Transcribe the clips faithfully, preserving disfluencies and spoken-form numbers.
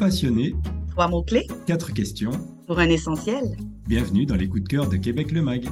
passionné, Trois mots-clés quatre questions. pour un essentiel. Bienvenue dans les coups de cœur de Québec le Mag.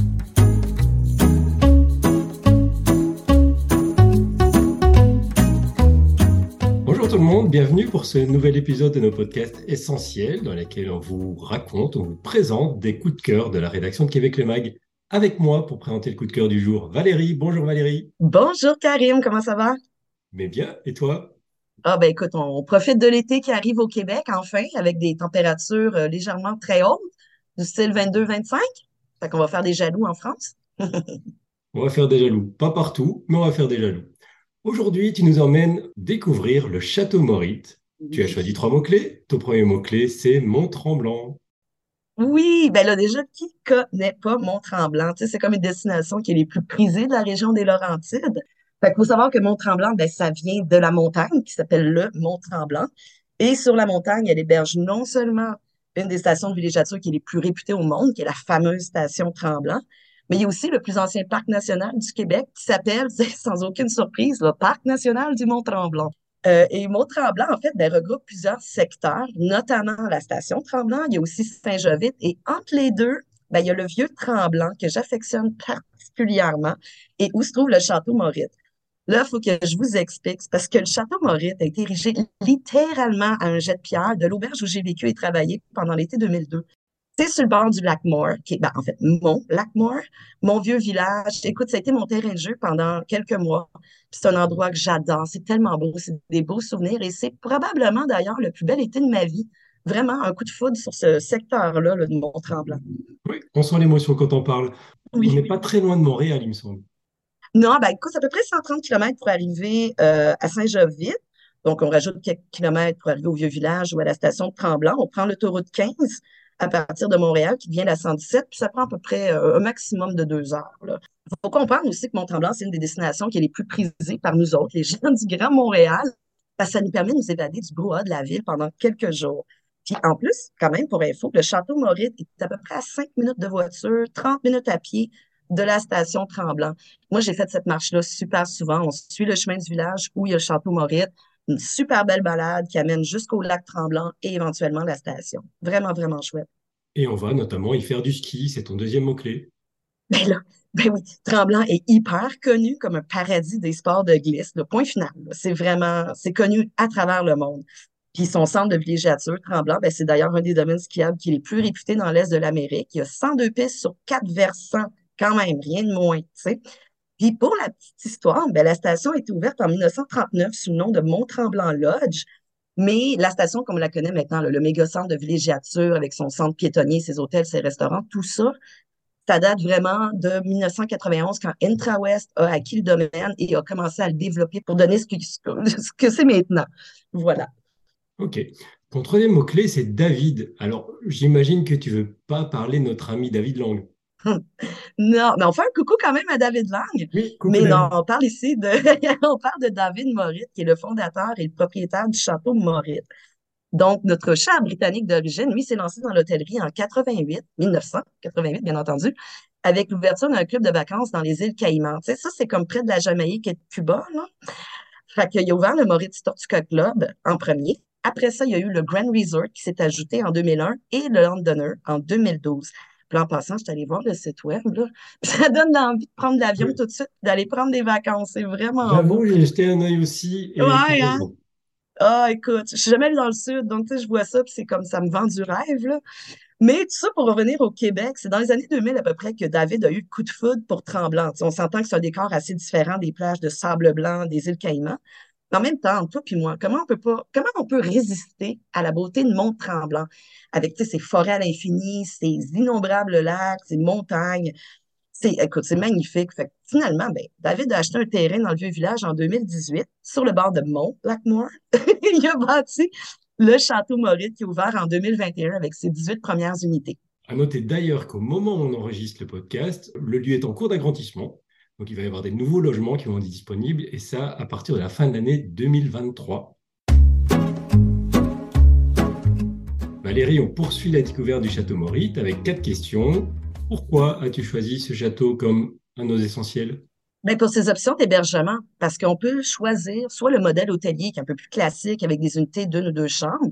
Bonjour tout le monde, bienvenue pour ce nouvel épisode de nos podcasts essentiels dans lesquels on vous raconte, on vous présente des coups de cœur de la rédaction de Québec le Mag. Avec moi pour présenter le coup de cœur du jour, Valérie. Bonjour Valérie. Bonjour Karim, comment ça va? Mais bien, et toi? Ah ben écoute, on, on profite de l'été qui arrive au Québec enfin avec des températures euh, légèrement très hautes, du style vingt-deux vingt-cinq. Fait qu'on va faire des jaloux en France. On va faire des jaloux. Pas partout, mais on va faire des jaloux. Aujourd'hui, tu nous emmènes découvrir le Château Morite. Tu as Oui. choisi trois mots-clés. Ton premier mot-clé, c'est Mont-Tremblant. Oui, ben là déjà, qui connaît pas Mont-Tremblant? Tu sais, c'est comme une destination qui est les plus prisées de la région des Laurentides. Fait qu'il faut savoir que Mont-Tremblant, ben, ça vient de la montagne qui s'appelle le Mont-Tremblant. Et sur la montagne, elle héberge non seulement une des stations de villégiature qui est les plus réputées au monde, qui est la fameuse station Tremblant, mais il y a aussi le plus ancien parc national du Québec qui s'appelle, sans aucune surprise, le Parc national du Mont-Tremblant. Euh, et Mont-Tremblant, en fait, ben, regroupe plusieurs secteurs, notamment la station Tremblant. Il y a aussi Saint-Jovite. Et entre les deux, ben, il y a le vieux Tremblant que j'affectionne particulièrement et où se trouve le château Morite. Là, il faut que je vous explique, c'est parce que le château Morite a été érigé littéralement à un jet de pierre de l'auberge où j'ai vécu et travaillé pendant l'été deux mille deux. C'est sur le bord du lac Moore, qui est, ben, en fait, mon lac Moore, mon vieux village. Écoute, ça a été mon terrain de jeu pendant quelques mois. Puis c'est un endroit que j'adore. C'est tellement beau. C'est des beaux souvenirs. Et c'est probablement, d'ailleurs, le plus bel été de ma vie. Vraiment, un coup de foudre sur ce secteur-là, là, de Mont-Tremblant. Oui, on sent l'émotion quand on parle. On n'est Oui. pas très loin de Montréal, il me semble. Non, ben, écoute, c'est à peu près cent trente kilomètres pour arriver euh, à Saint-Jovite. Donc, on rajoute quelques kilomètres pour arriver au vieux village ou à la station de Tremblant. On prend l'autoroute quinze à partir de Montréal, qui devient la cent dix-sept, puis ça prend à peu près euh, un maximum de deux heures. Il faut comprendre aussi que Mont-Tremblant, c'est une des destinations qui est les plus prisées par nous autres, les gens du Grand Montréal, parce que ça nous permet de nous évader du brouhaha de la ville pendant quelques jours. Puis en plus, quand même, pour info, le château Morite est à peu près à cinq minutes de voiture, trente minutes à pied de la station Tremblant. Moi, j'ai fait cette marche-là super souvent. On suit le chemin du village où il y a le château Morite, une super belle balade qui amène jusqu'au lac Tremblant et éventuellement la station. Vraiment, vraiment chouette. Et on va notamment y faire du ski, c'est ton deuxième mot-clé. Ben là, ben oui, Tremblant est hyper connu comme un paradis des sports de glisse. Le point final, là. C'est vraiment, c'est connu à travers le monde. Puis son centre de villégiature, Tremblant, ben c'est d'ailleurs un des domaines skiables qui est les plus réputés dans l'Est de l'Amérique. Il y a cent deux pistes sur quatre versants, quand même, rien de moins, tu sais. Puis pour la petite histoire, ben, la station a été ouverte en mille neuf cent trente-neuf sous le nom de Mont-Tremblant Lodge, mais la station, comme on la connaît maintenant, là, le méga centre de villégiature avec son centre piétonnier, ses hôtels, ses restaurants, tout ça, ça date vraiment de mille neuf cent quatre-vingt-onze quand IntraWest a acquis le domaine et a commencé à le développer pour donner ce que, ce que c'est maintenant. Voilà. Ok. Ton troisième mot-clé, c'est David. Alors, j'imagine que tu veux pas parler de notre ami David Lang. Non, mais on fait un coucou quand même à David Lang. Oui, coucou Mais non, David. on parle ici de, on parle de David Morite, qui est le fondateur et le propriétaire du château Morite. Donc, notre cher britannique d'origine, lui, s'est lancé dans l'hôtellerie en quatre-vingt-huit, mille neuf cent quatre-vingt-huit, bien entendu, avec l'ouverture d'un club de vacances dans les îles Caïmans. Tu sais, ça, c'est comme près de la Jamaïque et de Cuba, là. Fait qu'il a ouvert le Moritz Tortuga Club en premier. Après ça, il y a eu le Grand Resort qui s'est ajouté en deux mille un et le Londoner en deux mille douze. Puis là, en passant, je suis allée voir le site web, là. Ça donne l'envie de prendre l'avion Oui. tout de suite, d'aller prendre des vacances. C'est vraiment beau. J'avoue, j'ai jeté un œil aussi et t'as Ouais, hein? raison. Ah, écoute, je suis jamais allée dans le sud, donc tu sais, je vois ça, puis c'est comme ça me vend du rêve, là. Mais tout ça pour revenir au Québec, c'est dans les années deux mille à peu près que David a eu le coup de foudre pour Tremblant. Tu sais, on s'entend que c'est un décor assez différent des plages de sable blanc des îles Caïmans. Mais en même temps, toi puis moi, comment on peut pas, comment on peut résister à la beauté de Mont-Tremblant avec, tu sais, ses forêts à l'infini, ses innombrables lacs, ses montagnes. C'est, écoute, c'est magnifique. Fait que finalement, ben, David a acheté un terrain dans le vieux village en deux mille dix-huit, sur le bord de Mont-Lac-Moore. Il a bâti le Château Morite qui est ouvert en deux mille vingt et un avec ses dix-huit premières unités. À noter d'ailleurs qu'au moment où on enregistre le podcast, le lieu est en cours d'agrandissement. Donc, il va y avoir des nouveaux logements qui vont être disponibles et ça à partir de la fin de l'année deux mille vingt-trois. Valérie, on poursuit la découverte du château Morite avec quatre questions. Pourquoi as-tu choisi ce château comme un de nos essentiels? Ben, pour ces options d'hébergement, parce qu'on peut choisir soit le modèle hôtelier qui est un peu plus classique avec des unités d'une ou deux chambres,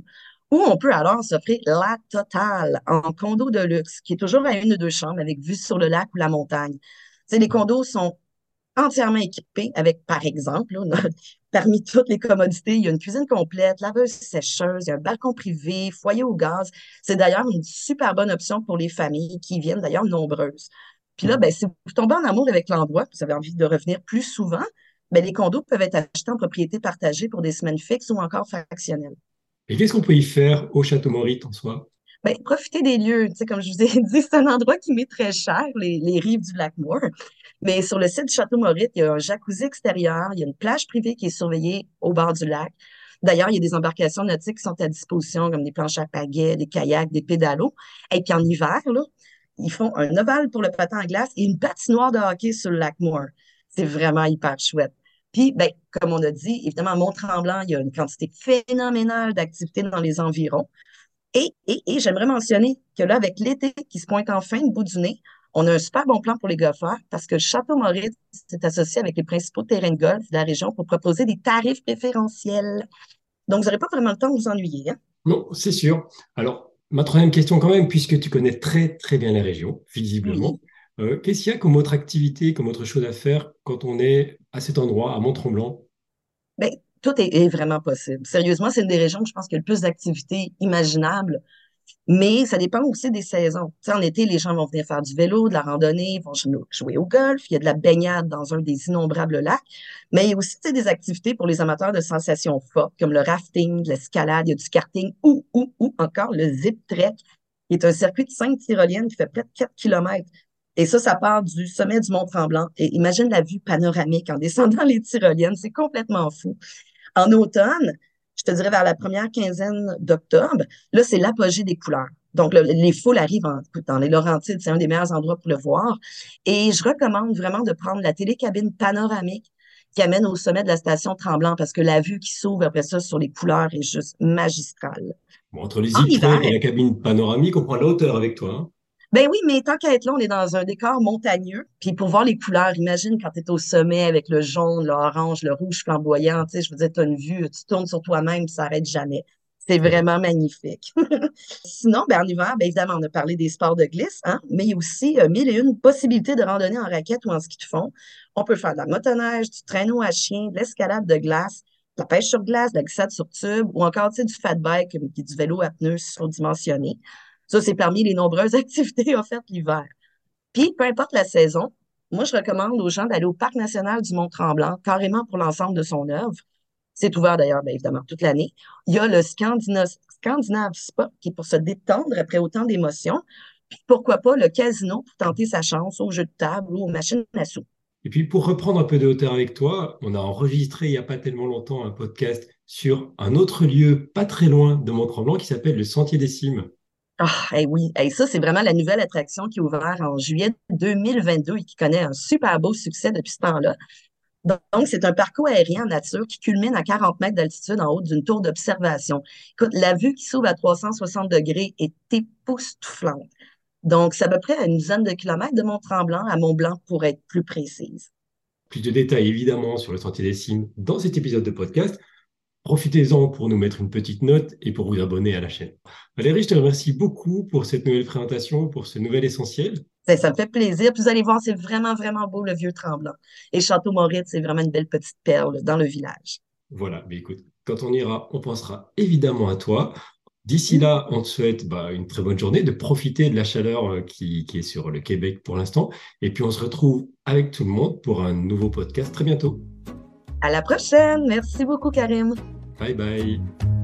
Ou on peut alors s'offrir la totale en condo de luxe, qui est toujours à une ou deux chambres avec vue sur le lac ou la montagne. Tu sais, les condos sont entièrement équipés avec, par exemple, là, parmi toutes les commodités, il y a une cuisine complète, laveuse sécheuse, il y a un balcon privé, foyer au gaz. C'est d'ailleurs une super bonne option pour les familles qui viennent d'ailleurs nombreuses. Puis là, ben, si vous tombez en amour avec l'endroit, vous avez envie de revenir plus souvent, ben, les condos peuvent être achetés en propriété partagée pour des semaines fixes ou encore fractionnelles. Et qu'est-ce qu'on peut y faire au Château Maurice en soi? Ben, profitez des lieux. Tu sais, comme je vous ai dit, c'est un endroit qui m'est très cher, les, les rives du lac Moore. Mais sur le site du Château Maurice, il y a un jacuzzi extérieur, il y a une plage privée qui est surveillée au bord du lac. D'ailleurs, il y a des embarcations nautiques qui sont à disposition, comme des planches à pagaie, des kayaks, des pédalos. Et puis en hiver, là, ils font un ovale pour le patin en glace et une patinoire de hockey sur le lac Moore. C'est vraiment hyper chouette. Puis, ben, comme on a dit, évidemment, à Mont-Tremblant, il y a une quantité phénoménale d'activités dans les environs. Et, et, et j'aimerais mentionner que là, avec l'été qui se pointe enfin au bout du nez, on a un super bon plan pour les golfeurs parce que le Château Maurice s'est associé avec les principaux terrains de golf de la région pour proposer des tarifs préférentiels. Donc, vous n'aurez pas vraiment le temps de vous ennuyer, hein? Non, c'est sûr. Alors, ma troisième question quand même, puisque tu connais très très bien les régions, visiblement, Oui. euh, qu'est-ce qu'il y a comme autre activité, comme autre chose à faire quand on est à cet endroit, à Mont-Tremblant? Bien, tout est, est vraiment possible. Sérieusement, c'est une des régions, je pense, qui a le plus d'activités imaginables. Mais ça dépend aussi des saisons. Tu sais, en été, les gens vont venir faire du vélo, de la randonnée, ils vont jouer au golf, il y a de la baignade dans un des innombrables lacs. Mais il y a aussi, tu sais, des activités pour les amateurs de sensations fortes, comme le rafting, l'escalade, il y a du karting ou, ou, ou encore le zip trek, qui est un circuit de cinq tyroliennes qui fait près de quatre kilomètres. Et ça, ça part du sommet du Mont-Tremblant. Et imagine la vue panoramique en descendant les tyroliennes. C'est complètement fou. En automne, je te dirais vers la première quinzaine d'octobre, là, c'est l'apogée des couleurs. Donc, le- les foules arrivent en- dans les Laurentides, c'est un des meilleurs endroits pour le voir. Et je recommande vraiment de prendre la télécabine panoramique qui amène au sommet de la station Tremblant parce que la vue qui s'ouvre après ça sur les couleurs est juste magistrale. Bon, entre les En zip trek et hiver, la cabine panoramique, on prend la hauteur avec toi, hein. ben oui, mais tant qu'à être là, on est dans un décor montagneux. Puis pour voir les couleurs, imagine quand tu es au sommet avec le jaune, l'orange, le rouge flamboyant, tu sais, je veux dire, tu as une vue, tu tournes sur toi-même, puis ça n'arrête jamais. C'est C'est vrai. vraiment magnifique. Sinon, ben, en hiver, ben, évidemment, on a parlé des sports de glisse, hein, mais il y a aussi euh, mille et une possibilités de randonnée en raquette ou en ski de fond. On peut faire de la motoneige, du traîneau à chien, de l'escalade de glace, de la pêche sur glace, de la glissade sur tube ou encore, tu sais, du fat bike, euh, qui est du vélo à pneus surdimensionné. Ça, c'est parmi les nombreuses activités offertes l'hiver. Puis, peu importe la saison, moi, je recommande aux gens d'aller au Parc national du Mont-Tremblant, carrément pour l'ensemble de son œuvre. C'est ouvert d'ailleurs, bien évidemment, toute l'année. Il y a le Scandina- Scandinave Spa qui est pour se détendre après autant d'émotions. Puis, pourquoi pas le casino pour tenter sa chance aux jeux de table ou aux machines à sous. Et puis pour reprendre un peu de hauteur avec toi, on a enregistré il n'y a pas tellement longtemps un podcast sur un autre lieu pas très loin de Mont-Tremblant qui s'appelle le Sentier des Cimes. Ah, eh oui, eh, ça, c'est vraiment la nouvelle attraction qui est ouverte en juillet deux mille vingt-deux et qui connaît un super beau succès depuis ce temps-là. Donc, c'est un parcours aérien en nature qui culmine à quarante mètres d'altitude en haut d'une tour d'observation. Écoute, la vue qui s'ouvre à trois cent soixante degrés est époustouflante. Donc, c'est à peu près à une dizaine de kilomètres de Mont-Tremblant à Mont-Blanc pour être plus précise. Plus de détails évidemment sur le Sentier des Cimes dans cet épisode de podcast. Profitez-en pour nous mettre une petite note et pour vous abonner à la chaîne. Valérie, je te remercie beaucoup pour cette nouvelle présentation, pour ce nouvel essentiel. Ça, ça me fait plaisir. Puis vous allez voir, c'est vraiment, vraiment beau, le vieux Tremblant. Et Château-Moritz, c'est vraiment une belle petite perle dans le village. Voilà, mais écoute, quand on ira, on pensera évidemment à toi. D'ici Mm. là, on te souhaite bah, une très bonne journée, de profiter de la chaleur euh, qui, qui est sur le Québec pour l'instant. Et puis on se retrouve avec tout le monde pour un nouveau podcast très bientôt. À la prochaine. Merci beaucoup, Karim. Bye bye.